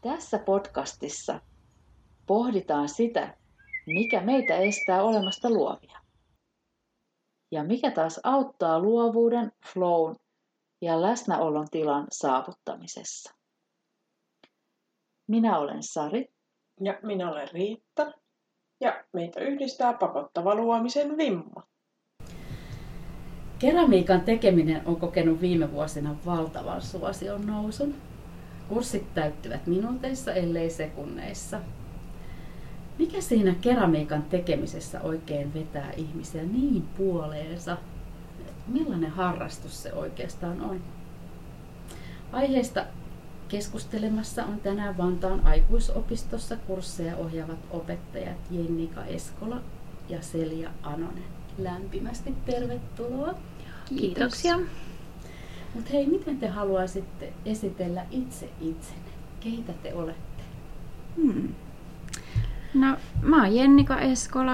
Tässä podcastissa pohditaan sitä, mikä meitä estää olemasta luovia. Ja mikä taas auttaa luovuuden, flown ja läsnäolon tilan saavuttamisessa. Minä olen Sari. Ja minä olen Riitta. Ja meitä yhdistää pakottava luomisen vimma. Keramiikan tekeminen on kokenut viime vuosina valtavan suosion nousun. Kurssit täyttyvät minuuteissa, ellei sekunneissa. Mikä siinä keramiikan tekemisessä oikein vetää ihmisiä niin puoleensa? Millainen harrastus se oikeastaan on? Aiheesta keskustelemassa on tänään Vantaan aikuisopistossa kursseja ohjaavat opettajat Jennika Eskola ja Selja Anonen. Lämpimästi tervetuloa. Kiitoksia. Mutta hei, miten te haluaisitte esitellä itse itsenne? Keitä te olette? No, mä oon Jennika Eskola.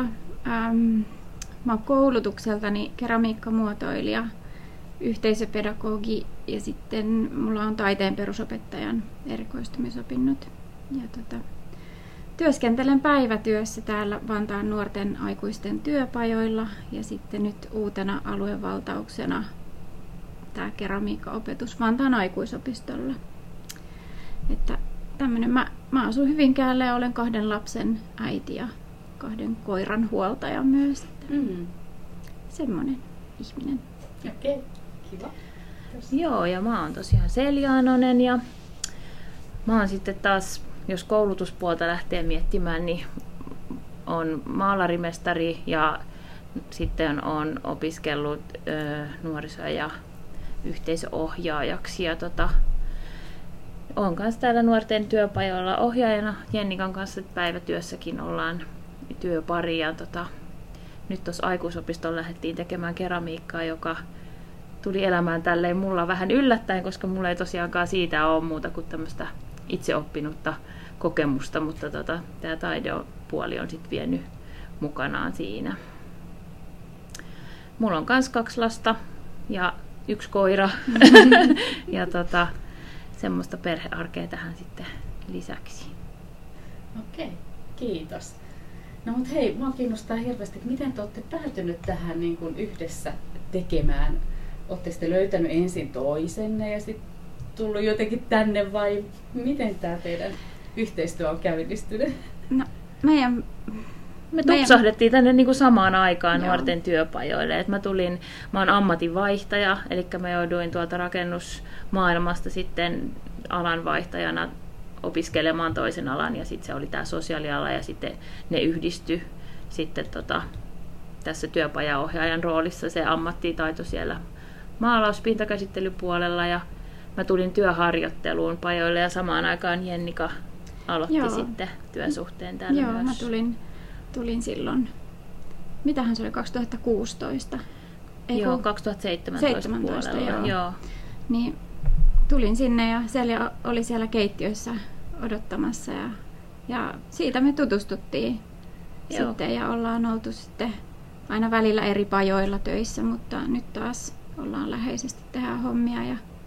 Mä oon koulutukseltani keramiikkamuotoilija, yhteisöpedagogi ja sitten mulla on taiteen perusopettajan erikoistumisopinnot. Ja työskentelen päivätyössä täällä Vantaan nuorten aikuisten työpajoilla ja sitten nyt uutena aluevaltauksena tämä keramiikkaopetus Vantaan aikuisopistolla. Että tämmönen, mä asun Hyvinkäällä ja olen 2 lapsen äiti ja 2 koiran huoltaja myös. Semmoinen ihminen. Okei, kiva. Joo, ja mä oon tosiaan Selja Anonen ja mä oon sitten taas, jos koulutuspuolta lähtee miettimään, niin on maalarimestari ja sitten on opiskellut nuoriso- ja yhteisöohjaajaksi ja olen kanssa täällä nuorten työpajoilla ohjaajana. Jennikan kanssa päivätyössäkin ollaan työpari ja nyt tuossa aikuisopistolla lähdettiin tekemään keramiikkaa, joka tuli elämään tälleen mulla vähän yllättäen, koska mulla ei tosiaankaan siitä ole muuta kuin tämmöistä itse oppinutta kokemusta, mutta tämä taidepuoli on sitten vienyt mukanaan siinä. Mulla on myös 2 lasta ja 1 koira ja semmoista perhearkea tähän sitten lisäksi. Okei, kiitos. No mut hei, mua kiinnostaa hirveästi, että miten te olette päätynyt tähän niin kuin yhdessä tekemään? Olette sitten löytänyt ensin toisenne ja sitten tullut jotenkin tänne vai miten tämä teidän yhteistyö on käynnistynyt? No, Me tupsahdettiin tänne niin kuin samaan aikaan Joo. nuorten työpajoille. Mä oon ammatinvaihtaja, eli mä jouduin tuolta rakennusmaailmasta sitten alanvaihtajana opiskelemaan toisen alan ja sitten se oli tämä sosiaaliala ja sitten ne yhdistyi sitten tässä työpajaohjaajan roolissa se ammattitaito siellä maalauspintakäsittelypuolella ja mä tulin työharjoitteluun pajoille ja samaan aikaan Jennika aloitti Joo. sitten työsuhteen täällä Joo, myös. mä tulin silloin, mitähän se oli, 2016? Joo, 2017 puolella. Joo. Niin tulin sinne ja siellä oli siellä keittiössä odottamassa ja siitä me tutustuttiin sitten ja ollaan oltu sitten aina välillä eri pajoilla töissä, mutta nyt taas ollaan läheisesti tehdään hommia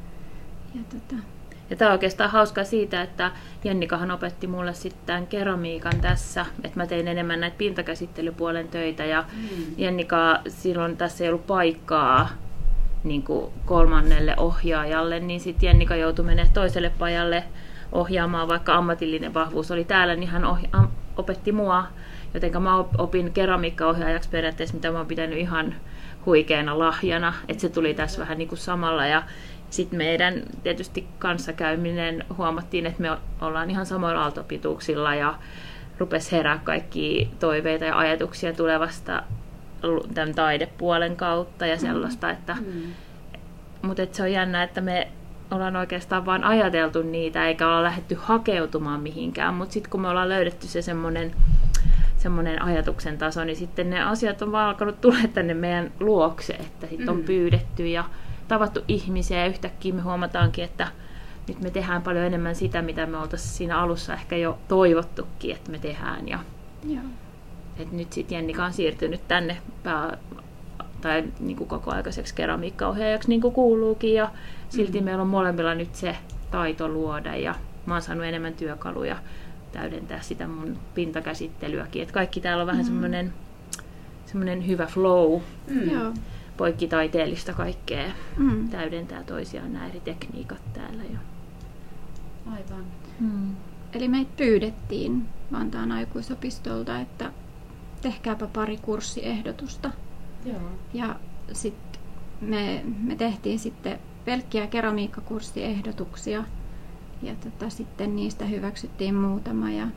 Ja tämä on oikeastaan hauskaa siitä, että Jennikahan opetti mulle sitten keramiikan tässä, että mä tein enemmän näitä pintakäsittelypuolen töitä ja Jennika silloin tässä ei ollut paikkaa niin kuin 3. ohjaajalle, niin sitten Jennika joutui menemään toiselle pajalle ohjaamaan, vaikka ammatillinen vahvuus oli täällä, niin hän opetti mua, jotenka mä opin keramiikkaohjaajaksi periaatteessa, mitä mä oon pitänyt ihan huikeana lahjana, että se tuli tässä vähän niin kuin samalla ja sitten meidän tietysti kanssakäyminen huomattiin, että me ollaan ihan samoilla aaltopituuksilla ja rupesi herää kaikkia toiveita ja ajatuksia tulevasta tämän taidepuolen kautta ja sellaista, mutta se on jännä, että me ollaan oikeastaan vain ajateltu niitä eikä olla lähdetty hakeutumaan mihinkään, mutta sitten kun me ollaan löydetty se semmoinen ajatuksen taso, niin sitten ne asiat on vaan alkanut tulla tänne meidän luokse, että sitten on pyydetty ja tavattu ihmisiä ja yhtäkkiä me huomataankin, että nyt me tehdään paljon enemmän sitä, mitä me oltaisiin siinä alussa ehkä jo toivottukin, että me tehdään. Ja et nyt sitten Jennika on siirtynyt tänne tai niin kuin kokoaikaiseksi keramiikkaohjaajaksi niin kuin kuuluukin ja silti meillä on molemmilla nyt se taito luoda ja mä oon saanut enemmän työkaluja täydentää sitä mun pintakäsittelyäkin. Et kaikki täällä on vähän semmoinen hyvä flow, poikkitaiteellista kaikkea, täydentää toisiaan nämä eri tekniikat täällä. Aivan. Eli meitä pyydettiin Vantaan aikuisopistolta, että tehkääpä pari kurssiehdotusta. Joo. Ja sitten me tehtiin sitten pelkkiä keramiikkakurssiehdotuksia ja sitten niistä hyväksyttiin muutama ja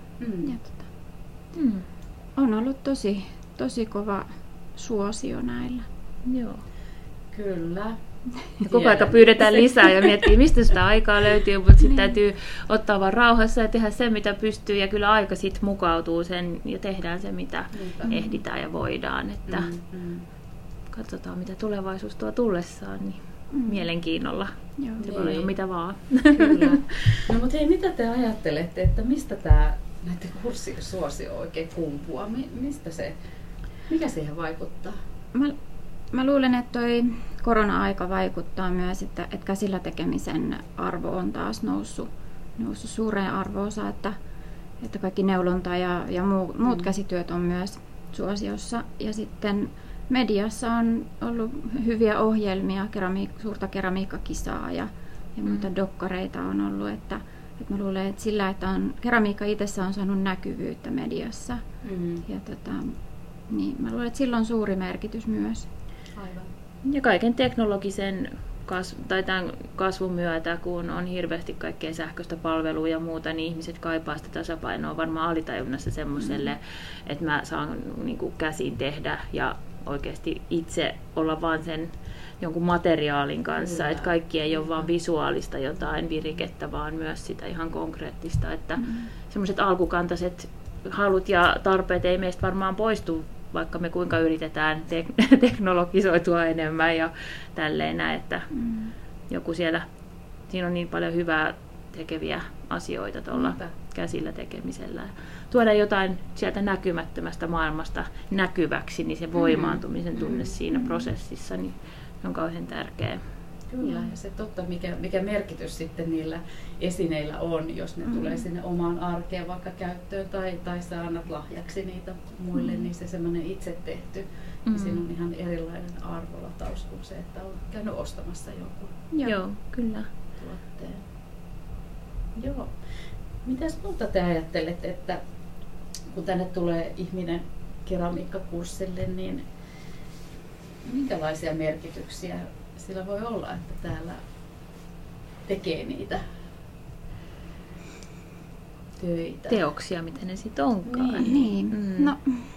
on ollut tosi kova suosio näillä. Joo. Kyllä. Ja koko ajan pyydetään lisää ja miettii, mistä sitä aikaa löytyy, mutta sitten täytyy ottaa vaan rauhassa ja tehdä se, mitä pystyy. Ja kyllä aika sitten mukautuu sen ja tehdään se, mitä ehditään ja voidaan. Että katsotaan, mitä tulevaisuus tuo tullessaan, niin mielenkiinnolla. Joo. Se voi olla mitä vaan. Kyllä. No mutta hei, mitä te ajattelette, että mistä tämä näiden kurssien suosio oikein kumpuaa? Mikä siihen vaikuttaa? Mä luulen, että toi korona-aika vaikuttaa myös, että käsillä tekemisen arvo on taas noussut suureen arvoonsa, että kaikki neulonta ja muut käsityöt on myös suosiossa. Ja sitten mediassa on ollut hyviä ohjelmia, suurta keramiikkakisaa ja muita dokkareita on ollut, että mä luulen, että sillä, että keramiikka itsessä on saanut näkyvyyttä mediassa. Ja niin mä luulen, että sillä on suuri merkitys myös. Aivan. Ja kaiken teknologisen tämän kasvun myötä, kun on hirveästi kaikkea sähköistä palvelua ja muuta, niin ihmiset kaipaa sitä tasapainoa varmaan alitajunnassa semmoiselle, että mä saan niin kuin käsin tehdä ja oikeasti itse olla vaan sen jonkun materiaalin kanssa, että kaikki ei ole vaan visuaalista jotain virikettä, vaan myös sitä ihan konkreettista, että semmoiset alkukantaiset halut ja tarpeet ei meistä varmaan poistu, vaikka me kuinka yritetään teknologisoitua enemmän ja tälleen näin, että joku siinä on niin paljon hyvää tekeviä asioita tuolla käsillä tekemisellä. Tuoda jotain sieltä näkymättömästä maailmasta näkyväksi, niin se voimaantumisen tunne siinä prosessissa niin on kauhean tärkeä. Kyllä, ja se totta, mikä merkitys sitten niillä esineillä on, jos ne tulee sinne omaan arkeen vaikka käyttöön tai sä annat lahjaksi niitä muille, niin se semmoinen itse tehty, niin siinä on ihan erilainen arvolataus kuin se, että on käynyt ostamassa jonkun Joo, kyllä. tuotteen. Joo. Mitäs muuta te ajattelette, että kun tänne tulee ihminen keramiikkakurssille, niin minkälaisia merkityksiä sillä voi olla, että täällä tekee niitä töitä? Teoksia, mitä ne sitten onkaan. Niin. No,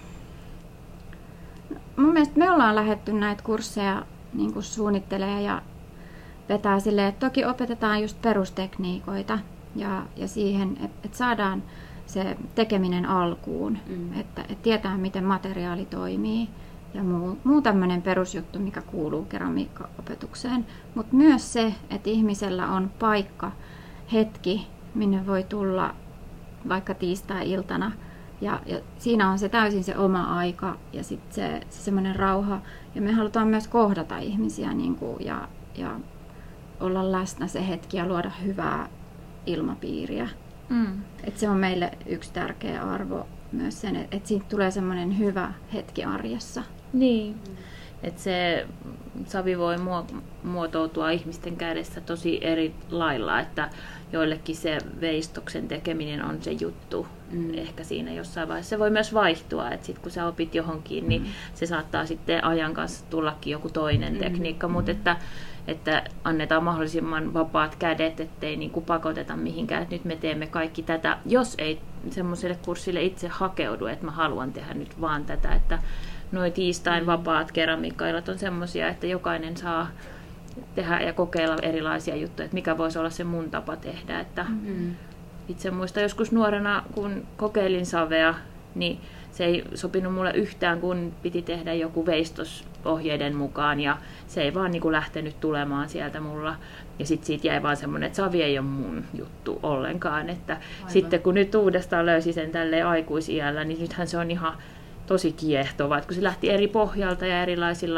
mun mielestä me ollaan lähdetty näitä kursseja niin kuin suunnittelemaan ja vetää silleen, että toki opetetaan just perustekniikoita ja siihen, että saadaan se tekeminen alkuun, että tietää miten materiaali toimii. Ja muu tämmöinen perusjuttu, mikä kuuluu keramiikkaopetukseen. Mutta myös se, että ihmisellä on paikka, hetki, minne voi tulla vaikka tiistai-iltana. Ja siinä on se täysin se oma aika ja sitten se semmoinen rauha. Ja me halutaan myös kohdata ihmisiä niin kuin, ja olla läsnä se hetki ja luoda hyvää ilmapiiriä. Et se on meille yksi tärkeä arvo myös sen, että siitä tulee semmoinen hyvä hetki arjessa. Niin, että se savi voi muotoutua ihmisten kädessä tosi eri lailla, että joillekin se veistoksen tekeminen on se juttu ehkä siinä jossain vaiheessa. Se voi myös vaihtua, että sit kun sä opit johonkin, niin se saattaa sitten ajan kanssa tullakin joku toinen tekniikka, mutta että annetaan mahdollisimman vapaat kädet, ettei niin kuin pakoteta mihinkään, että nyt me teemme kaikki tätä, jos ei semmoiselle kurssille itse hakeudu, että mä haluan tehdä nyt vaan tätä, että noi tiistain vapaat keramiikkaillat on semmoisia, että jokainen saa tehdä ja kokeilla erilaisia juttuja, että mikä voisi olla se mun tapa tehdä, että itse muistan joskus nuorena, kun kokeilin savea, niin se ei sopinut mulle yhtään, kun piti tehdä joku veistos ohjeiden mukaan ja se ei vaan niin kuin lähtenyt tulemaan sieltä mulla. Ja sitten siitä jäi vaan semmoinen, että savi ei ole mun juttu ollenkaan. Että sitten kun nyt uudestaan löysi sen tälleen aikuisiällä, niin nythän se on ihan tosi kiehtova. Että kun se lähti eri pohjalta ja erilaisilla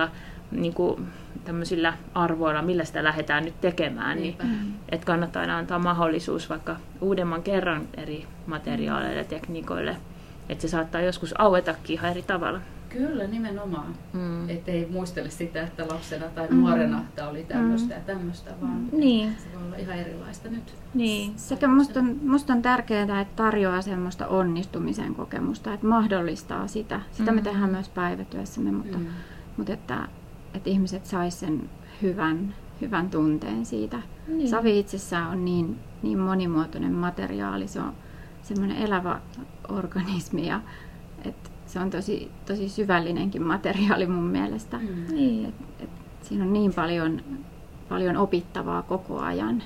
niin kuin tämmöisillä arvoilla, millä sitä lähdetään nyt tekemään, niin että kannattaa aina antaa mahdollisuus vaikka uudemman kerran eri materiaaleille ja tekniikoille, että se saattaa joskus auetakin ihan eri tavalla. Kyllä, nimenomaan. Ettei muistele sitä, että lapsena tai nuorena tämä oli tämmöistä ja tämmöistä, vaan se voi olla ihan erilaista nyt. Niin. Sekä musta on tärkeää, että tarjoaa semmoista onnistumisen kokemusta, että mahdollistaa sitä. Sitä me tehdään myös päivätyössämme, mutta että ihmiset sais sen hyvän tunteen siitä. Niin. Savi itsessään on niin monimuotoinen materiaali, se on semmoinen elävä organismi ja että se on tosi syvällinenkin materiaali mun mielestä. Niin. Et siinä on niin paljon opittavaa koko ajan.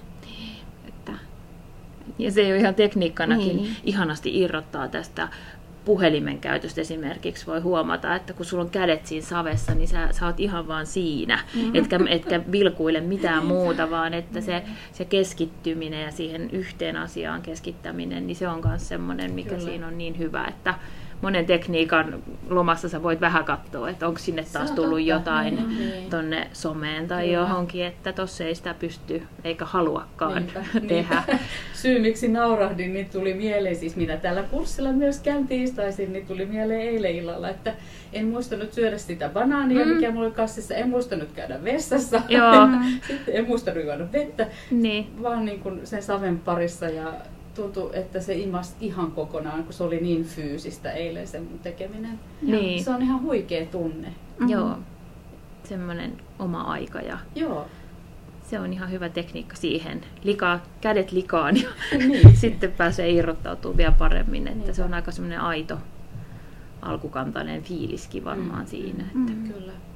Ja se ei ole ihan tekniikkanakin ihanasti irrottaa tästä puhelimen käytöstä esimerkiksi. Voi huomata, että kun sulla on kädet siinä savessa, niin sä oot ihan vaan siinä. Etkä vilkuile mitään muuta, vaan että se keskittyminen ja siihen yhteen asiaan keskittäminen, niin se on myös semmoinen, mikä siinä on niin hyvä, että monen tekniikan lomassa sä voit vähän katsoa, että onko sinne taas tullut jotain tonne someen tai johonkin, että tossa ei sitä pysty eikä haluakaan tehdä. Syy miksi naurahdin, niin tuli mieleen, siis minä tällä kurssilla myös käyn tiistaisin, niin tuli mieleen eilen illalla, että en muistanut syödä sitä banaania, mikä mulla oli kassissa, en muistanut käydä vessassa, sitten en muistanut juoda vettä, vaan niin kuin sen saven parissa ja tuntui, että se imasi ihan kokonaan, kun se oli niin fyysistä eilen se mun tekeminen. Niin. Se on ihan huikea tunne. Joo, semmoinen oma aika ja se on ihan hyvä tekniikka siihen. Kädet likaan ja sitten pääsee irrottautumaan vielä paremmin. Että se on aika semmoinen aito, alkukantainen fiiliskin varmaan siinä. Että.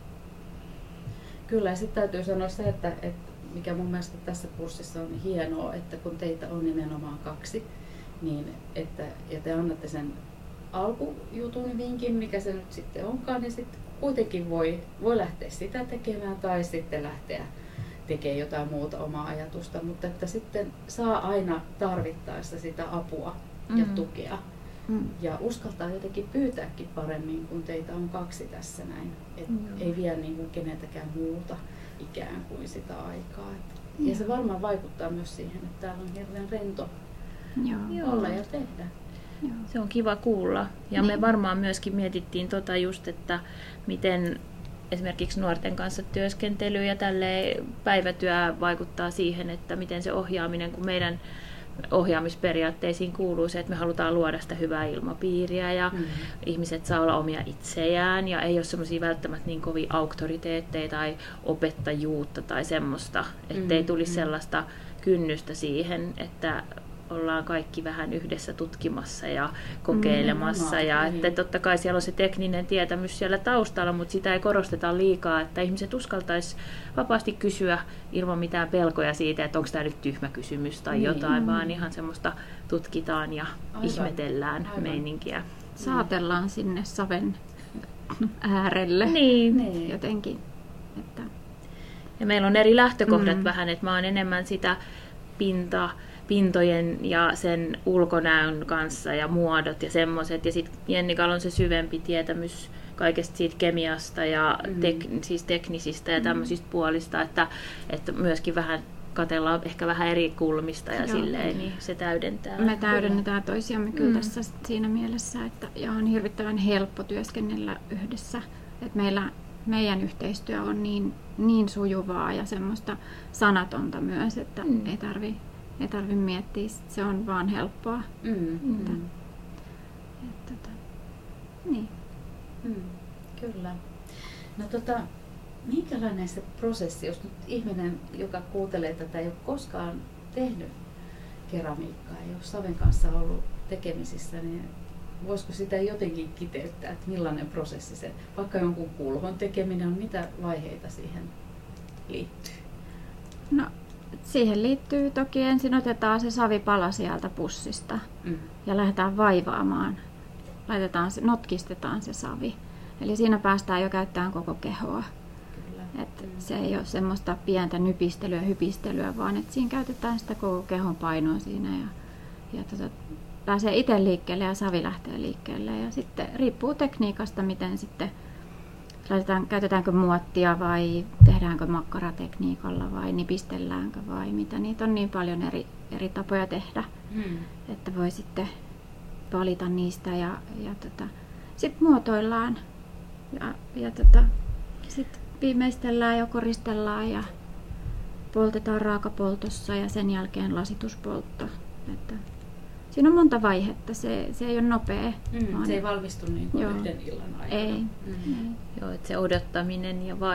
Kyllä, ja sitten täytyy sanoa se, että mikä mun mielestä tässä kurssissa on hienoa, että kun teitä on nimenomaan 2, niin ja te annatte sen alkujutun vinkin, mikä se nyt sitten onkaan, niin sitten kuitenkin voi lähteä sitä tekemään tai sitten lähteä tekemään jotain muuta omaa ajatusta, mutta että sitten saa aina tarvittaessa sitä apua ja tukea. Ja uskaltaa jotenkin pyytääkin paremmin, kun teitä on 2 tässä näin. Ei vie niin kuin keneltäkään muuta ikään kuin sitä aikaa. Ja se varmaan vaikuttaa myös siihen, että täällä on hirveän rento olla ja tehdä. Se on kiva kuulla. Ja me varmaan myöskin mietittiin just, että miten esimerkiksi nuorten kanssa työskentely ja tälleen päivätyö vaikuttaa siihen, että miten se ohjaaminen, kun meidän ohjaamisperiaatteisiin kuuluu se, että me halutaan luoda sitä hyvää ilmapiiriä ja ihmiset saa olla omia itseään ja ei ole semmoisia välttämättä niin kovin auktoriteetteja tai opettajuutta tai semmoista, ettei tulisi sellaista kynnystä siihen, että ollaan kaikki vähän yhdessä tutkimassa ja kokeilemassa ja että totta kai siellä on se tekninen tietämys siellä taustalla, mutta sitä ei korosteta liikaa, että ihmiset uskaltaisi vapaasti kysyä ilman mitään pelkoja siitä, että onko tämä nyt tyhmä kysymys tai jotain, vaan ihan semmoista tutkitaan ja ihmetellään meininkiä. Saatellaan sinne saven äärelle jotenkin. Että. Ja meillä on eri lähtökohdat vähän, että mä oon enemmän sitä pintojen ja sen ulkonäön kanssa ja muodot ja semmoiset. Ja sitten Jennikalla on se syvempi tietämys kaikesta siitä kemiasta ja siis teknisistä ja tämmöisistä puolista, että myöskin vähän katsellaan ehkä vähän eri kulmista ja silleen, niin se täydentää. Me täydennetään toisiamme kyllä tässä siinä mielessä, että ja on hirvittävän helppo työskennellä yhdessä. Että meidän yhteistyö on niin sujuvaa ja semmoista sanatonta myös, että ei tarvi miettiä, se on vaan helppoa. Niin. Kyllä. No minkälainen se prosessi, jos nyt ihminen, joka kuuntelee tätä, ei ole koskaan tehnyt keramiikkaa, ei ole saven kanssa ollut tekemisissä, niin voisiko sitä jotenkin kiteyttää, että millainen prosessi se, vaikka jonkun kulhon tekeminen on, mitä vaiheita siihen liittyy? No, siihen liittyy toki ensin otetaan se savipala sieltä pussista ja lähdetään vaivaamaan. Notkistetaan se savi. Eli siinä päästään jo käyttämään koko kehoa. Se ei ole semmoista pientä nypistelyä, hypistelyä, vaan että siinä käytetään sitä koko kehon painoa siinä. Ja pääsee itse liikkeelle ja savi lähtee liikkeelle. Ja sitten riippuu tekniikasta, miten sitten käytetäänkö muottia vai tehdäänkö makkaratekniikalla vai nipistelläänkö vai mitä. Niitä on niin paljon eri tapoja tehdä, että voi sitten valita niistä ja sitten muotoillaan ja sitten viimeistellään ja koristellaan ja poltetaan raakapoltossa ja sen jälkeen lasituspoltto. Että siinä on monta vaihetta, se ei ole nopea. Se ei valmistu niin kuin yhden illan aikana. Ei. Joo, että se odottaminen ja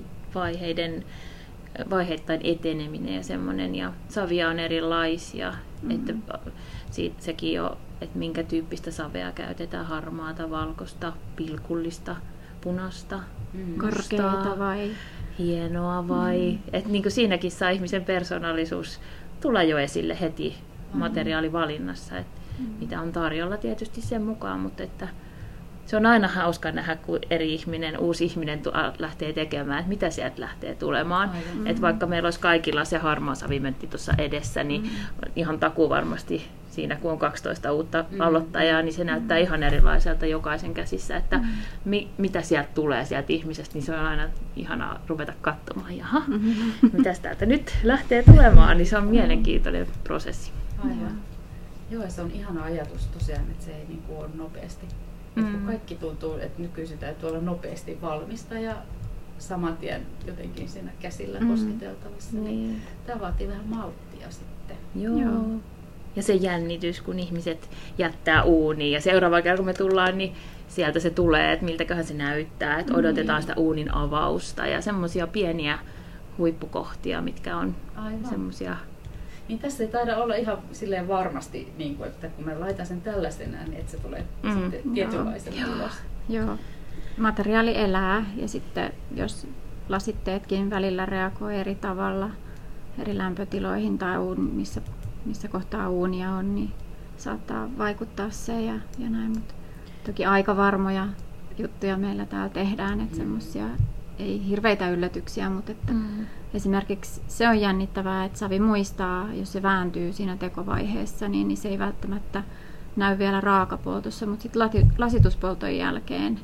vaiheittain eteneminen ja semmoinen, ja savia on erilaisia, että sekin jo, että minkä tyyppistä savea käytetään, harmaata, valkoista, pilkullista, punaista, Korkeata vai hienoa vai, että niin kuin siinäkin saa ihmisen persoonallisuus tulla jo esille heti materiaalivalinnassa, että mitä on tarjolla tietysti sen mukaan, mutta että se on aina hauska nähdä, kun uusi ihminen lähtee tekemään, että mitä sieltä lähtee tulemaan. Että vaikka meillä olisi kaikilla se harmaa savimentti tuossa edessä, niin ihan takuvarmasti siinä, kun on 12 uutta aloittajaa, niin se näyttää ihan erilaiselta jokaisen käsissä, että mitä sieltä tulee sieltä ihmisestä, niin se on aina ihanaa ruveta katsomaan. Jaha, mitäs täältä nyt lähtee tulemaan, niin se on mielenkiintoinen prosessi. Aivan. Joo, se on ihana ajatus tosiaan, että se ei niin kuin ole nopeasti. Kun kaikki tuntuu, että nykyisin täytyy olla nopeasti valmista ja saman tien jotenkin siinä käsillä kosketeltavassa. Niin tämä vaatii vähän malttia sitten. Joo. Ja se jännitys, kun ihmiset jättää uuniin ja seuraava kerran kun me tullaan, niin sieltä se tulee, että miltäköhän se näyttää, että odotetaan sitä uunin avausta ja semmoisia pieniä huippukohtia, mitkä on semmoisia. Niin tässä ei taida olla ihan silleen varmasti, niin kuin, että kun mä laitan sen tällaisena, niin että se tulee sitten tietynlaisen ulos. Joo. Materiaali elää ja sitten jos lasitteetkin välillä reagoi eri tavalla eri lämpötiloihin tai missä kohtaa uunia on, niin saattaa vaikuttaa se ja näin. Mutta toki aika varmoja juttuja meillä täällä tehdään, että semmoisia ei hirveitä yllätyksiä, mutta että esimerkiksi se on jännittävää, että savi muistaa, jos se vääntyy siinä tekovaiheessa, niin se ei välttämättä näy vielä raakapoltossa, mutta sitten lasituspolton jälkeen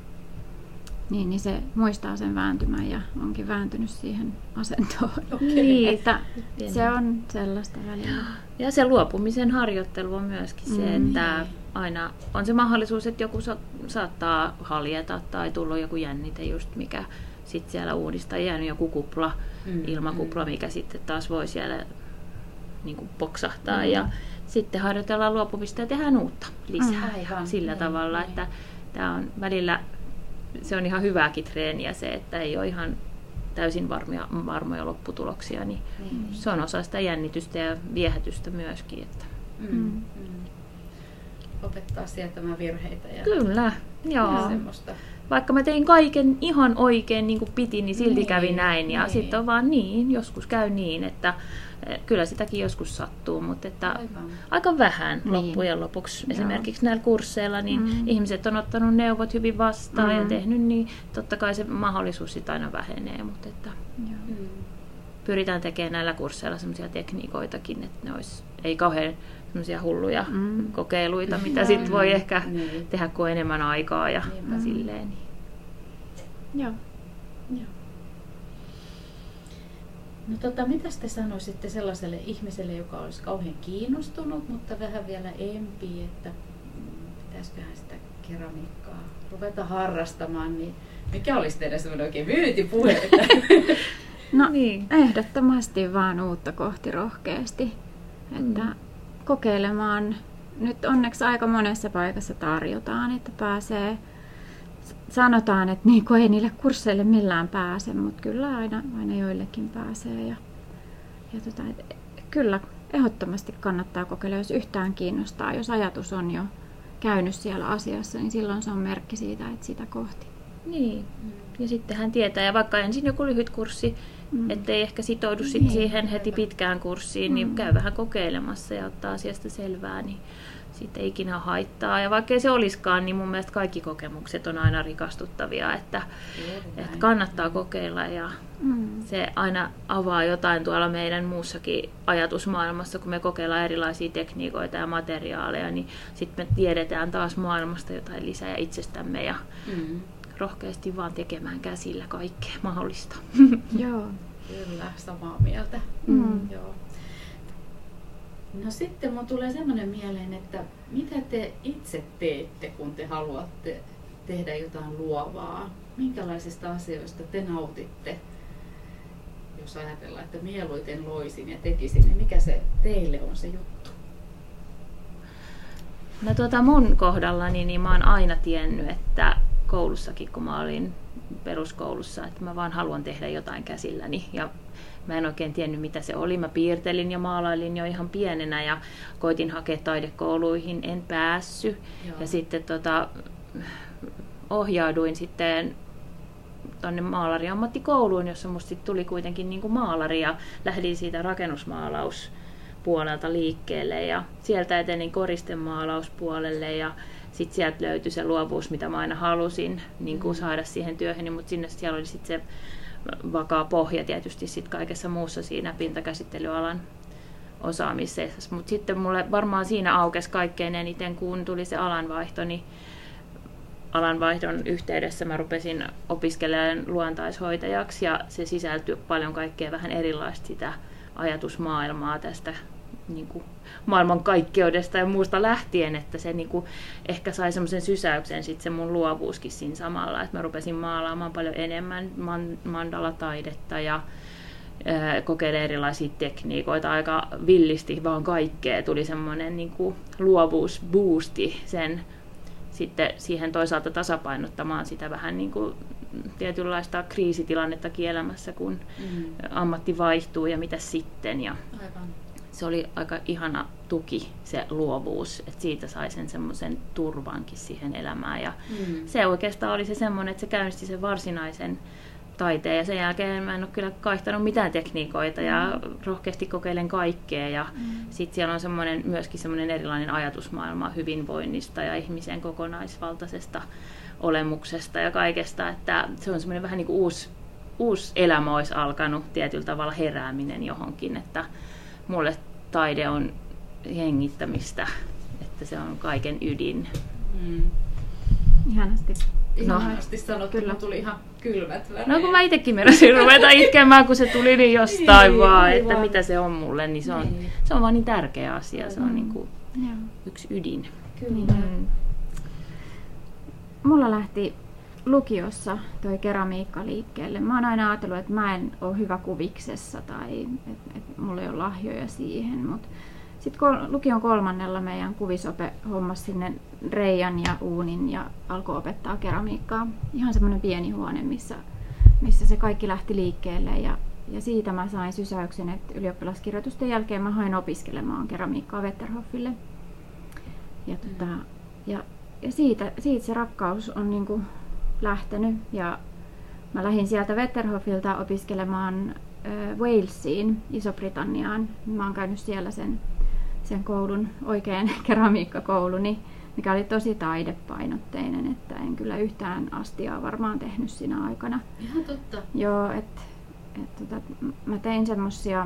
niin se muistaa sen vääntymän ja onkin vääntynyt siihen asentoon. Niin, että se on sellaista välillä. Ja se luopumisen harjoittelu on myöskin se, että aina on se mahdollisuus, että joku saattaa haljeta tai tulla joku jännite just mikä sitten siellä uudista jäänyt joku kupla, ilmakupla, mikä sitten taas voi siellä niin kuin poksahtaa. Ja sitten harjoitellaan luopumista ja tehdään uutta lisää sillä tavalla, että tämä on välillä, se on ihan hyvääkin treeniä se, että ei ole ihan täysin varmoja lopputuloksia, niin se on osa sitä jännitystä ja viehätystä myöskin. Että. Opettaa sietämään virheitä ja kyllä, joo. semmoista. Vaikka mä tein kaiken ihan oikein niin kuin piti, niin silti kävi näin. Ja sitten on vaan joskus käy niin, että kyllä sitäkin joskus sattuu, mutta että aika vähän loppujen lopuksi. Esimerkiksi näillä kursseilla niin ihmiset on ottanut neuvot hyvin vastaan ja tehnyt, niin totta kai se mahdollisuus sitä aina vähenee. Mutta että pyritään tekemään näillä kursseilla sellaisia tekniikoitakin, että ne olisi, ei kauhean sellaisia hulluja kokeiluita, mitä sitten voi ehkä tehdä, kun on enemmän aikaa ja silleen. Joo. No mitäs te sanoisitte sellaiselle ihmiselle, joka olisi kauhean kiinnostunut, mutta vähän vielä empii, että pitäisiköhän sitä keramiikkaa ruveta harrastamaan, niin mikä olisi teidän semmoinen oikein myyntipuhe? No ehdottomasti vaan uutta kohti rohkeasti, että kokeilemaan. Nyt onneksi aika monessa paikassa tarjotaan, että pääsee, sanotaan, että niin ei niille kursseille millään pääse, mutta kyllä aina joillekin pääsee. Ja kyllä ehdottomasti kannattaa kokeilla, jos yhtään kiinnostaa. Jos ajatus on jo käynyt siellä asiassa, niin silloin se on merkki siitä, että sitä kohti. Niin, ja sitten hän tietää, ja vaikka ensin joku lyhyt kurssi, ettei ehkä sitoudu siihen heti pitkään kurssiin, niin käy vähän kokeilemassa ja ottaa asiasta selvää, niin siitä ei ikinä haittaa. Ja vaikka ei se olisikaan, niin mun mielestä kaikki kokemukset on aina rikastuttavia, että kannattaa kokeilla ja se aina avaa jotain tuolla meidän muussakin ajatusmaailmassa, kun me kokeillaan erilaisia tekniikoita ja materiaaleja, niin sitten me tiedetään taas maailmasta jotain lisää ja itsestämme ja rohkeasti vaan tekemään käsillä kaikkea mahdollista. Joo. Kyllä, samaa mieltä. Joo. No sitten mun tulee semmoinen mieleen, että mitä te itse teette, kun te haluatte tehdä jotain luovaa? Minkälaisista asioista te nautitte? Jos ajatellaan, että mieluiten loisin ja tekisin, niin mikä se teille on se juttu? No mun kohdallani niin mä oon aina tiennyt, että koulussakin kun mä olin peruskoulussa, että mä vaan haluan tehdä jotain käsilläni ja mä en oikein tiennyt mitä se oli. Mä piirtelin ja maalailin jo ihan pienenä ja koitin hakea taidekouluihin, en päässyt. Joo. Ja sitten ohjauduin sitten tuonne maalariammattikouluun, jossa musta tuli kuitenkin niin kuin maalari ja lähdin siitä rakennusmaalauspuolelta liikkeelle ja sieltä etenin koristemaalauspuolelle ja sitten sieltä löytyi se luovuus, mitä mä aina halusin niin kuin saada siihen työhön, mutta siellä oli sitten se vakaa pohja tietysti sit kaikessa muussa siinä pintakäsittelyalan osaamisessa. Mutta sitten mulle varmaan siinä aukesi kaikkein eniten, kun tuli se alanvaihto, niin alanvaihdon yhteydessä mä rupesin opiskelemaan luontaishoitajaksi ja se sisältyi paljon kaikkea vähän erilaista sitä ajatusmaailmaa tästä niin kuin maailmankaikkeudesta ja muusta lähtien, että se niin kuin ehkä sai semmoisen sysäyksen sitten se mun luovuuskin siinä samalla, että mä rupesin maalaamaan paljon enemmän mandalataidetta ja kokeilemaan erilaisia tekniikoita aika villisti, vaan kaikkea tuli semmoinen niin kuin luovuusboosti sen sitten siihen toisaalta tasapainottamaan sitä vähän niin kuin tietynlaista kriisitilannettakin elämässä, kun ammatti vaihtuu ja mitä sitten. Ja aivan. Se oli aika ihana tuki, se luovuus, että siitä sai sen semmoisen turvankin siihen elämään. Ja se oikeastaan oli se semmoinen, että se käynnisti sen varsinaisen taiteen ja sen jälkeen mä en ole kyllä kaihtanut mitään tekniikoita ja rohkeasti kokeilen kaikkea. Ja sitten siellä on myöskin semmoinen erilainen ajatusmaailma hyvinvoinnista ja ihmisen kokonaisvaltaisesta olemuksesta ja kaikesta, että se on semmoinen vähän niin kuin uusi elämä olisi alkanut, tietyllä tavalla herääminen johonkin, että mulle taide on hengittämistä, että se on kaiken ydin. Ihanasti. Ihanasti sanottu, kyllä. Tuli ihan kylmät väreet. No kun mä itsekin menisin ruveta itkemään, kun se tuli niin jostain vaan, että mitä se on mulle, niin se on vaan niin tärkeä asia, se on niin kuin yksi ydin. Kyllä. Mulla lähti lukiossa toi keramiikka liikkeelle. Mä oon aina ajatellut, että mä en ole hyvä kuviksessa tai että mulla ei ole lahjoja siihen, mutta sitten lukion 3. meidän kuvisope hommasi sinne reiän ja uunin ja alkoi opettaa keramiikkaa. Ihan semmoinen pieni huone, missä se kaikki lähti liikkeelle ja siitä mä sain sysäyksen, että ylioppilaskirjoitusten jälkeen mä hain opiskelemaan keramiikkaa Wetterhoffille. Ja siitä se rakkaus on niinku lähtenyt ja mä lähdin sieltä Wetterhoffilta opiskelemaan Walesiin, Iso-Britanniaan. Mä oon käynyt siellä sen koulun, oikein keramiikkakouluni, mikä oli tosi taidepainotteinen, että en kyllä yhtään astiaa varmaan tehnyt siinä aikana. Ihan totta. Joo, mä tein semmosia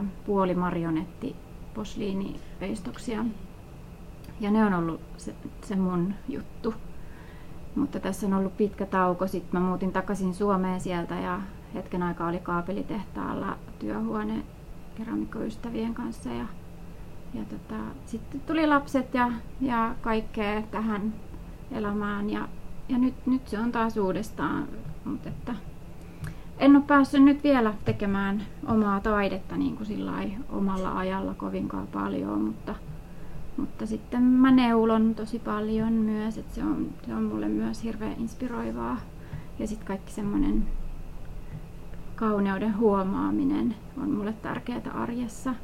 puolimarionettiposliiniveistoksia ja ne on ollut se mun juttu. Mutta tässä on ollut pitkä tauko, sitten mä muutin takaisin Suomeen sieltä ja hetken aikaa oli kaapelitehtaalla työhuone keramiikkaystävien kanssa ja sitten tuli lapset ja kaikkea tähän elämään ja nyt se on taas uudestaan, mutta että en ole päässyt nyt vielä tekemään omaa taidetta niin kuin sillai omalla ajalla kovinkaan paljon, mutta sitten mä neulon tosi paljon myös, että se on mulle myös hirveän inspiroivaa ja sitten kaikki semmoinen kauneuden huomaaminen on mulle tärkeää arjessa.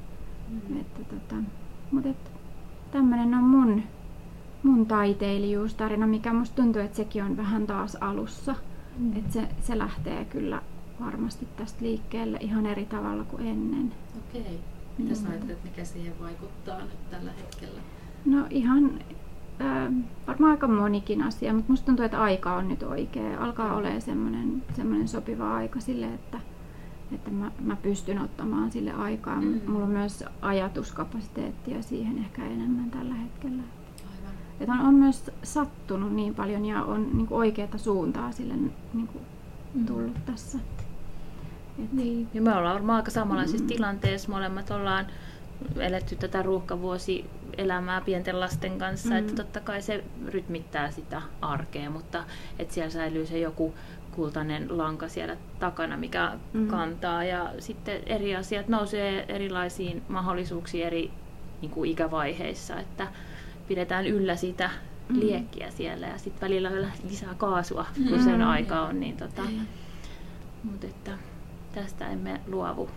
Mutta tämmöinen on mun taiteilijuustarina, mikä musta tuntuu, että sekin on vähän taas alussa. Että se lähtee kyllä varmasti tästä liikkeelle ihan eri tavalla kuin ennen. Okei. Mitä sä ajattelet, mikä siihen vaikuttaa nyt tällä hetkellä? No ihan varmaan aika monikin asia, mutta musta tuntuu, että aika on nyt oikea. Alkaa olemaan semmoinen sopiva aika sille, että mä pystyn ottamaan sille aikaa. Mulla on myös ajatuskapasiteettia siihen ehkä enemmän tällä hetkellä. Aivan. Että on myös sattunut niin paljon ja on niin kuin oikeata suuntaa sille niin kuin tullut tässä. Niin. Ja me ollaan varmaan aika samanlaisessa tilanteessa. Molemmat ollaan eletty tätä ruuhkavuosielämää pienten lasten kanssa. Että totta kai se rytmittää sitä arkea, mutta että siellä säilyy se joku kultainen lanka siellä takana, mikä kantaa. Ja sitten eri asiat nousee erilaisiin mahdollisuuksiin eri niin kuin ikävaiheissa. Että pidetään yllä sitä liekkiä siellä ja sitten välillä lisää kaasua, kun sen aika on. Niin mutta että tästä emme luovu.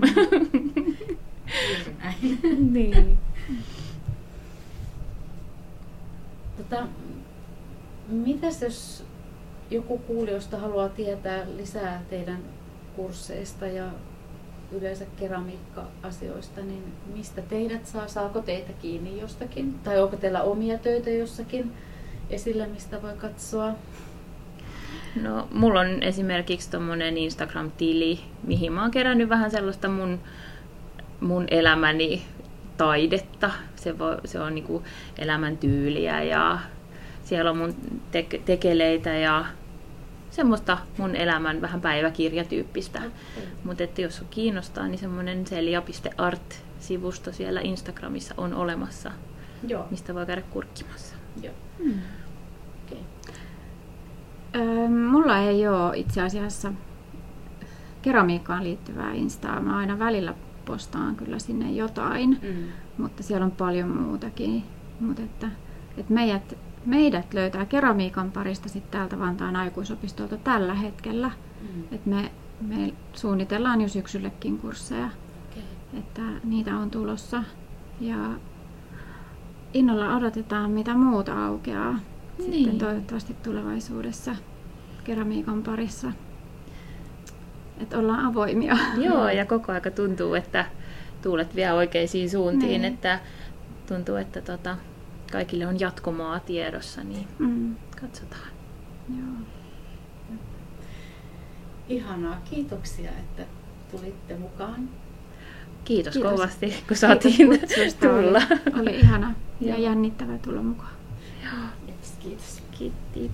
Niin. Mitäs jos joku kuulijoista haluaa tietää lisää teidän kursseista ja yleensä keramiikka-asioista, niin mistä teidät saa? Saako teitä kiinni jostakin? Tai onko teillä omia töitä jossakin esillä, mistä voi katsoa? No, mulla on esimerkiksi tommonen Instagram-tili, mihin mä oon kerännyt vähän sellaista mun elämäni taidetta. Se on niinku elämäntyyliä ja siellä on mun tekeleitä ja semmoista mun elämän vähän päiväkirjatyyppistä. Mutta jos on kiinnostaa, niin semmoinen celia.art-sivusto siellä Instagramissa on olemassa, mistä voi käydä kurkkimassa. Joo. Okay. Mulla ei ole itse asiassa keramiikkaan liittyvää Instaa. Mä aina välillä postaan kyllä sinne jotain, mutta siellä on paljon muutakin. Mutta että meidät löytää keramiikan parista sitten täältä Vantaan aikuisopistolta tällä hetkellä. Että me suunnitellaan jo syksyllekin kursseja, että niitä on tulossa. Ja innolla odotetaan, mitä muuta aukeaa sitten toivottavasti tulevaisuudessa keramiikan parissa. Että ollaan avoimia. Joo, ja koko aika tuntuu, että tuulet vie oikeisiin suuntiin, että tuntuu, että kaikille on jatkomaa tiedossa, niin katsotaan. Joo. Ihanaa, kiitoksia, että tulitte mukaan. Kiitos kovasti, kun saatiin tulla. Oli ihana ja jännittävä tulla mukaan. Joo. Kiitos. Kiitos.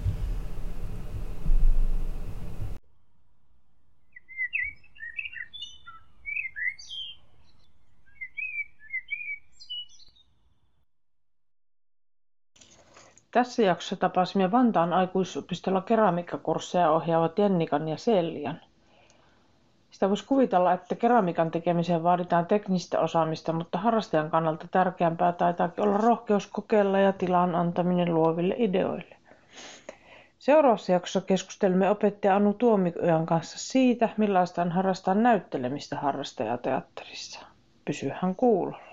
Tässä jaksossa tapasimme Vantaan aikuisopistolla keramiikkakursseja ohjaavat Jennikan ja Seljan. Sitä voisi kuvitella, että keramiikan tekemiseen vaaditaan teknistä osaamista, mutta harrastajan kannalta tärkeämpää taitaakin olla rohkeus kokeilla ja tilan antaminen luoville ideoille. Seuraavassa jaksossa keskustelemme opettaja Anu Tuomiojan kanssa siitä, millaista on harrastaa näyttelemistä harrastajateatterissa. Pysyhän kuulolla.